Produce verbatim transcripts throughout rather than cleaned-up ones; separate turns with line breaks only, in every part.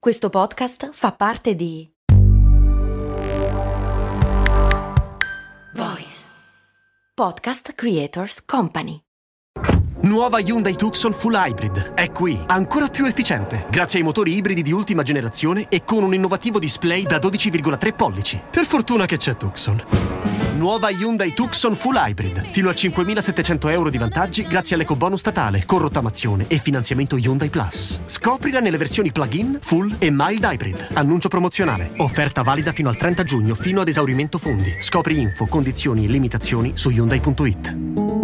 Questo podcast fa parte di Voice Podcast Creators Company.
Nuova Hyundai Tucson Full Hybrid è qui, ancora più efficiente, grazie ai motori ibridi di ultima generazione e con un innovativo display da dodici virgola tre pollici. Per fortuna che c'è Tucson. Nuova Hyundai Tucson Full Hybrid, fino a cinquemilasettecento euro di vantaggi grazie all'ecobonus statale, con rottamazione e finanziamento Hyundai Plus. Scoprila nelle versioni plug-in, full e mild hybrid. Annuncio promozionale. Offerta valida fino al trenta giugno, fino ad esaurimento fondi. Scopri info, condizioni e limitazioni su Hyundai punto it.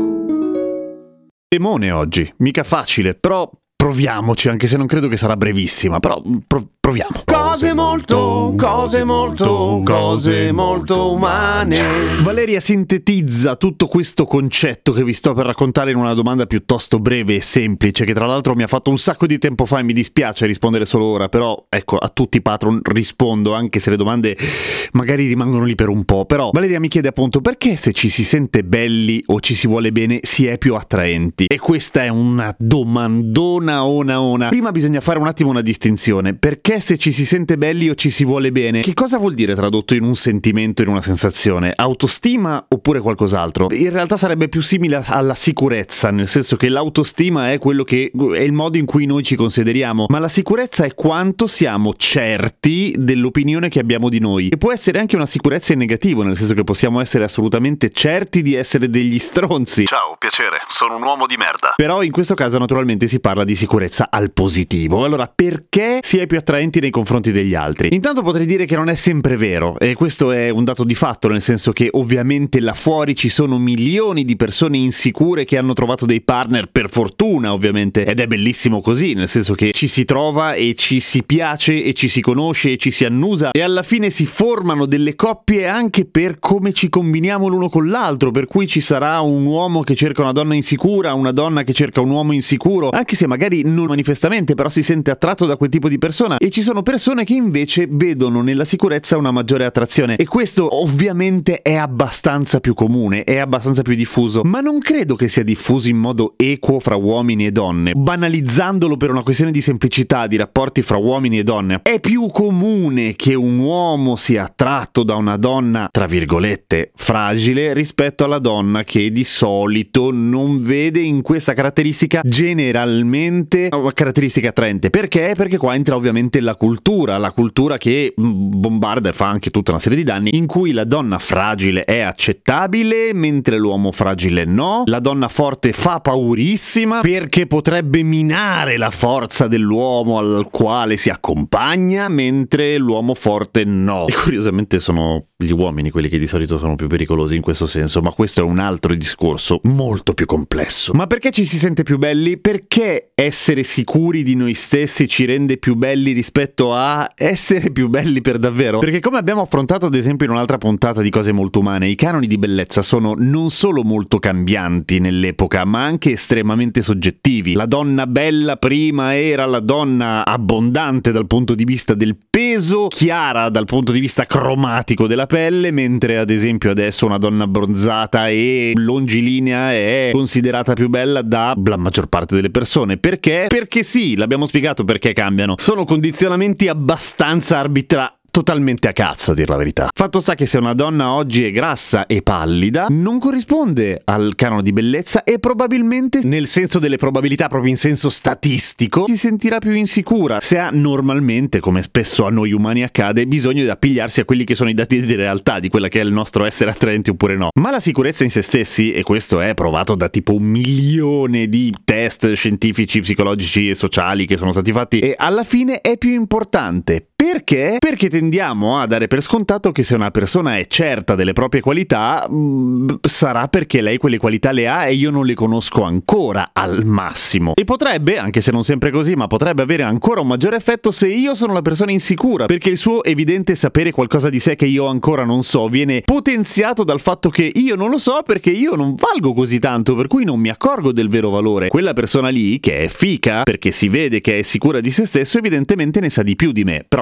Demone oggi, mica facile, però proviamoci, anche se non credo che sarà brevissima, però pro- proviamo. Cose molto, cose molto, cose molto umane. Valeria sintetizza tutto questo concetto che vi sto per raccontare in una domanda piuttosto breve e semplice, che tra l'altro mi ha fatto un sacco di tempo fa e mi dispiace rispondere solo ora, però ecco, a tutti i patron rispondo, anche se le domande magari rimangono lì per un po'. Però Valeria mi chiede appunto perché se ci si sente belli o ci si vuole bene si è più attraenti, e questa è una domandona Ona, ona. Prima bisogna fare un attimo una distinzione. Perché se ci si sente belli o ci si vuole bene? Che cosa vuol dire tradotto in un sentimento, in una sensazione? Autostima oppure qualcos'altro? In realtà sarebbe più simile alla sicurezza, nel senso che l'autostima è quello che è il modo in cui noi ci consideriamo, ma la sicurezza è quanto siamo certi dell'opinione che abbiamo di noi. E può essere anche una sicurezza in negativo, nel senso che possiamo essere assolutamente certi di essere degli stronzi.
Ciao, piacere, sono un uomo di merda.
Però in questo caso naturalmente si parla di sicurezza al positivo. Allora, perché si è più attraenti nei confronti degli altri? Intanto potrei dire che non è sempre vero, e questo è un dato di fatto, nel senso che ovviamente là fuori ci sono milioni di persone insicure che hanno trovato dei partner, per fortuna ovviamente, ed è bellissimo così, nel senso che ci si trova e ci si piace e ci si conosce e ci si annusa e alla fine si formano delle coppie anche per come ci combiniamo l'uno con l'altro, per cui ci sarà un uomo che cerca una donna insicura, una donna che cerca un uomo insicuro, anche se magari non manifestamente, però si sente attratto da quel tipo di persona, e ci sono persone che invece vedono nella sicurezza una maggiore attrazione, e questo ovviamente è abbastanza più comune, è abbastanza più diffuso, ma non credo che sia diffuso in modo equo fra uomini e donne. Banalizzandolo per una questione di semplicità di rapporti fra uomini e donne, è più comune che un uomo sia attratto da una donna, tra virgolette, fragile, rispetto alla donna che di solito non vede in questa caratteristica generalmente una caratteristica attraente. Perché? Perché qua entra ovviamente la cultura, la cultura che bombarda e fa anche tutta una serie di danni, in cui la donna fragile è accettabile mentre l'uomo fragile no, la donna forte fa paurissima perché potrebbe minare la forza dell'uomo al quale si accompagna, mentre l'uomo forte no. E curiosamente sono gli uomini quelli che di solito sono più pericolosi in questo senso, ma questo è un altro discorso molto più complesso. Ma perché ci si sente più belli? Perché essere sicuri di noi stessi ci rende più belli rispetto a essere più belli per davvero? Perché, come abbiamo affrontato ad esempio in un'altra puntata di Cose Molto Umane, i canoni di bellezza sono non solo molto cambianti nell'epoca, ma anche estremamente soggettivi. La donna bella prima era la donna abbondante dal punto di vista del peso, chiara dal punto di vista cromatico della pelle, mentre ad esempio adesso una donna abbronzata e longilinea è considerata più bella da la maggior parte delle persone. Perché? Perché sì, l'abbiamo spiegato perché cambiano. Sono condizionamenti abbastanza arbitrari, totalmente a cazzo a dir la verità. Fatto sta che se una donna oggi è grassa e pallida non corrisponde al canone di bellezza, e probabilmente, nel senso delle probabilità, proprio in senso statistico, si sentirà più insicura se ha normalmente, come spesso a noi umani accade, bisogno di appigliarsi a quelli che sono i dati di realtà di quella che è il nostro essere attraenti oppure no. Ma la sicurezza in se stessi, e questo è provato da tipo un milione di test scientifici, psicologici e sociali che sono stati fatti, e alla fine è più importante. Perché? Perché tendiamo a dare per scontato che se una persona è certa delle proprie qualità, mh, sarà perché lei quelle qualità le ha e io non le conosco ancora al massimo. E potrebbe, anche se non sempre così, ma potrebbe avere ancora un maggiore effetto se io sono la persona insicura, perché il suo evidente sapere qualcosa di sé che io ancora non so viene potenziato dal fatto che io non lo so perché io non valgo così tanto, per cui non mi accorgo del vero valore. Quella persona lì, che è fica, perché si vede che è sicura di se stesso, evidentemente ne sa di più di me, però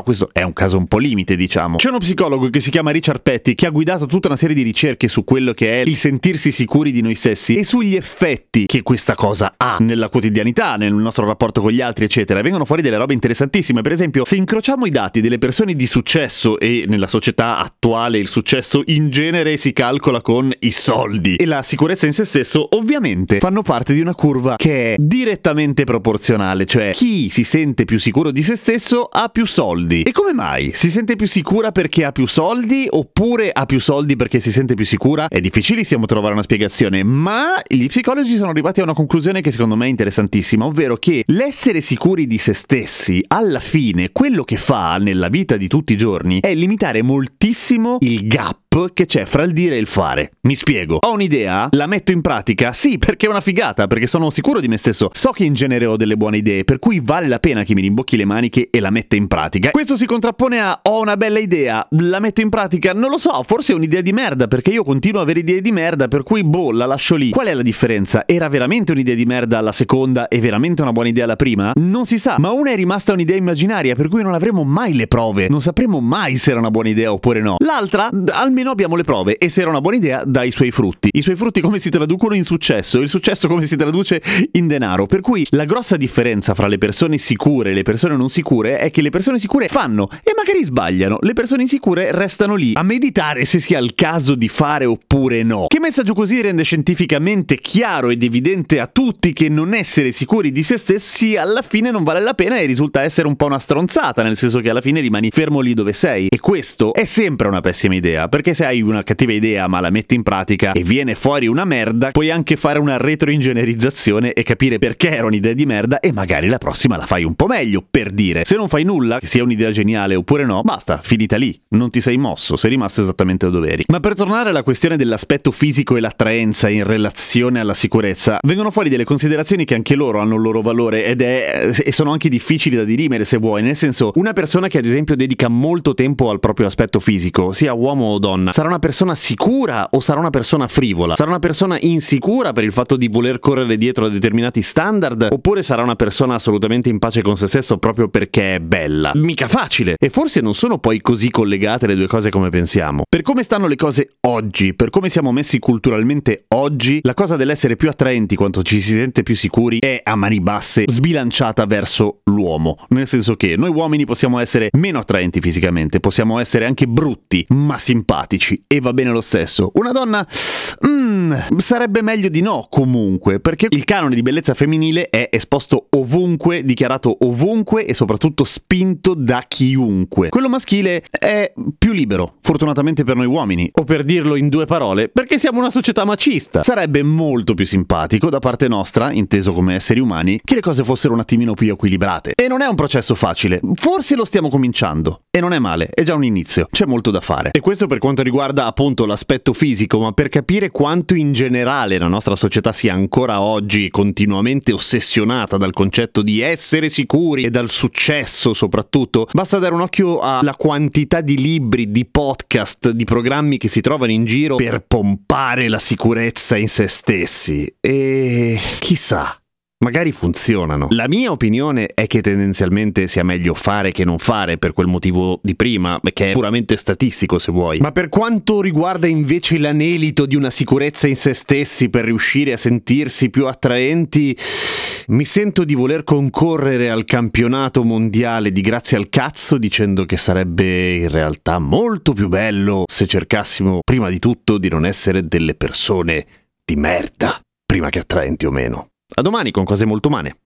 questo è un caso un po' limite, diciamo. C'è uno psicologo che si chiama Richard Petty che ha guidato tutta una serie di ricerche su quello che è il sentirsi sicuri di noi stessi e sugli effetti che questa cosa ha nella quotidianità, nel nostro rapporto con gli altri, eccetera. E vengono fuori delle robe interessantissime. Per esempio, se incrociamo i dati delle persone di successo, e nella società attuale il successo in genere si calcola con i soldi e la sicurezza in se stesso, ovviamente fanno parte di una curva che è direttamente proporzionale, cioè chi si sente più sicuro di se stesso ha più soldi. E come mai? Si sente più sicura perché ha più soldi oppure ha più soldi perché si sente più sicura? È difficilissimo trovare una spiegazione, ma gli psicologi sono arrivati a una conclusione che secondo me è interessantissima, ovvero che l'essere sicuri di se stessi alla fine quello che fa nella vita di tutti i giorni è limitare moltissimo il gap che c'è fra il dire e il fare. Mi spiego. Ho un'idea, la metto in pratica? Sì, perché è una figata, perché sono sicuro di me stesso. So che in genere ho delle buone idee, per cui vale la pena che mi rimbocchi le maniche e la metta in pratica. Questo si contrappone a ho una bella idea, la metto in pratica? Non lo so, forse è un'idea di merda, perché io continuo a avere idee di merda, per cui boh, la lascio lì. Qual è la differenza? Era veramente un'idea di merda alla seconda e veramente una buona idea alla prima? Non si sa, ma una è rimasta un'idea immaginaria, per cui non avremo mai le prove. Non sapremo mai se era una buona idea oppure no. L'altra, almeno abbiamo le prove, e se era una buona idea dà i suoi frutti. I suoi frutti come si traducono in successo, il successo come si traduce in denaro. Per cui la grossa differenza fra le persone sicure e le persone non sicure è che le persone sicure fanno e magari sbagliano, le persone insicure restano lì a meditare se sia il caso di fare oppure no. Che messaggio così rende scientificamente chiaro ed evidente a tutti che non essere sicuri di se stessi alla fine non vale la pena e risulta essere un po' una stronzata, nel senso che alla fine rimani fermo lì dove sei. E questo è sempre una pessima idea, perché se hai una cattiva idea ma la metti in pratica e viene fuori una merda, puoi anche fare una retroingegnerizzazione e capire perché era un'idea di merda e magari la prossima la fai un po' meglio, per dire. Se non fai nulla, che sia un'idea geniale oppure no, basta, finita lì, non ti sei mosso, sei rimasto esattamente dove eri. Ma per tornare alla questione dell'aspetto fisico e l'attraenza in relazione alla sicurezza, vengono fuori delle considerazioni che anche loro hanno il loro valore ed è e sono anche difficili da dirimere, se vuoi, nel senso, una persona che ad esempio dedica molto tempo al proprio aspetto fisico, sia uomo o donna, sarà una persona sicura o sarà una persona frivola? Sarà una persona insicura per il fatto di voler correre dietro a determinati standard oppure sarà una persona assolutamente in pace con se stesso proprio perché è bella? Mica facile! E forse non sono poi così collegate le due cose come pensiamo. Per come stanno le cose oggi, per come siamo messi culturalmente oggi, la cosa dell'essere più attraenti quanto ci si sente più sicuri è a mani basse sbilanciata verso l'uomo, nel senso che noi uomini possiamo essere meno attraenti fisicamente, possiamo essere anche brutti ma simpatici e va bene lo stesso. Una donna mm, sarebbe meglio di no comunque, perché il canone di bellezza femminile è esposto ovunque, dichiarato ovunque e soprattutto spinto da chiunque. Quello maschile è più libero, fortunatamente per noi uomini, o per dirlo in due parole, perché siamo una società macista. Sarebbe molto più simpatico da parte nostra, inteso come esseri umani, che le cose fossero un attimino più equilibrate. E non è un processo facile, forse lo stiamo cominciando, e non è male, è già un inizio, c'è molto da fare. E questo per quanto riguarda appunto l'aspetto fisico, ma per capire quanto in generale la nostra società sia ancora oggi continuamente ossessionata dal concetto di essere sicuri e dal successo soprattutto, basta dare un occhio alla quantità di libri, di podcast, di programmi che si trovano in giro per pompare la sicurezza in se stessi. E chissà, magari funzionano. La mia opinione è che tendenzialmente sia meglio fare che non fare, per quel motivo di prima, che è puramente statistico se vuoi. Ma per quanto riguarda invece l'anelito di una sicurezza in se stessi per riuscire a sentirsi più attraenti, mi sento di voler concorrere al campionato mondiale di grazie al cazzo dicendo che sarebbe in realtà molto più bello se cercassimo prima di tutto di non essere delle persone di merda, prima che attraenti o meno. A domani con cose molto umane.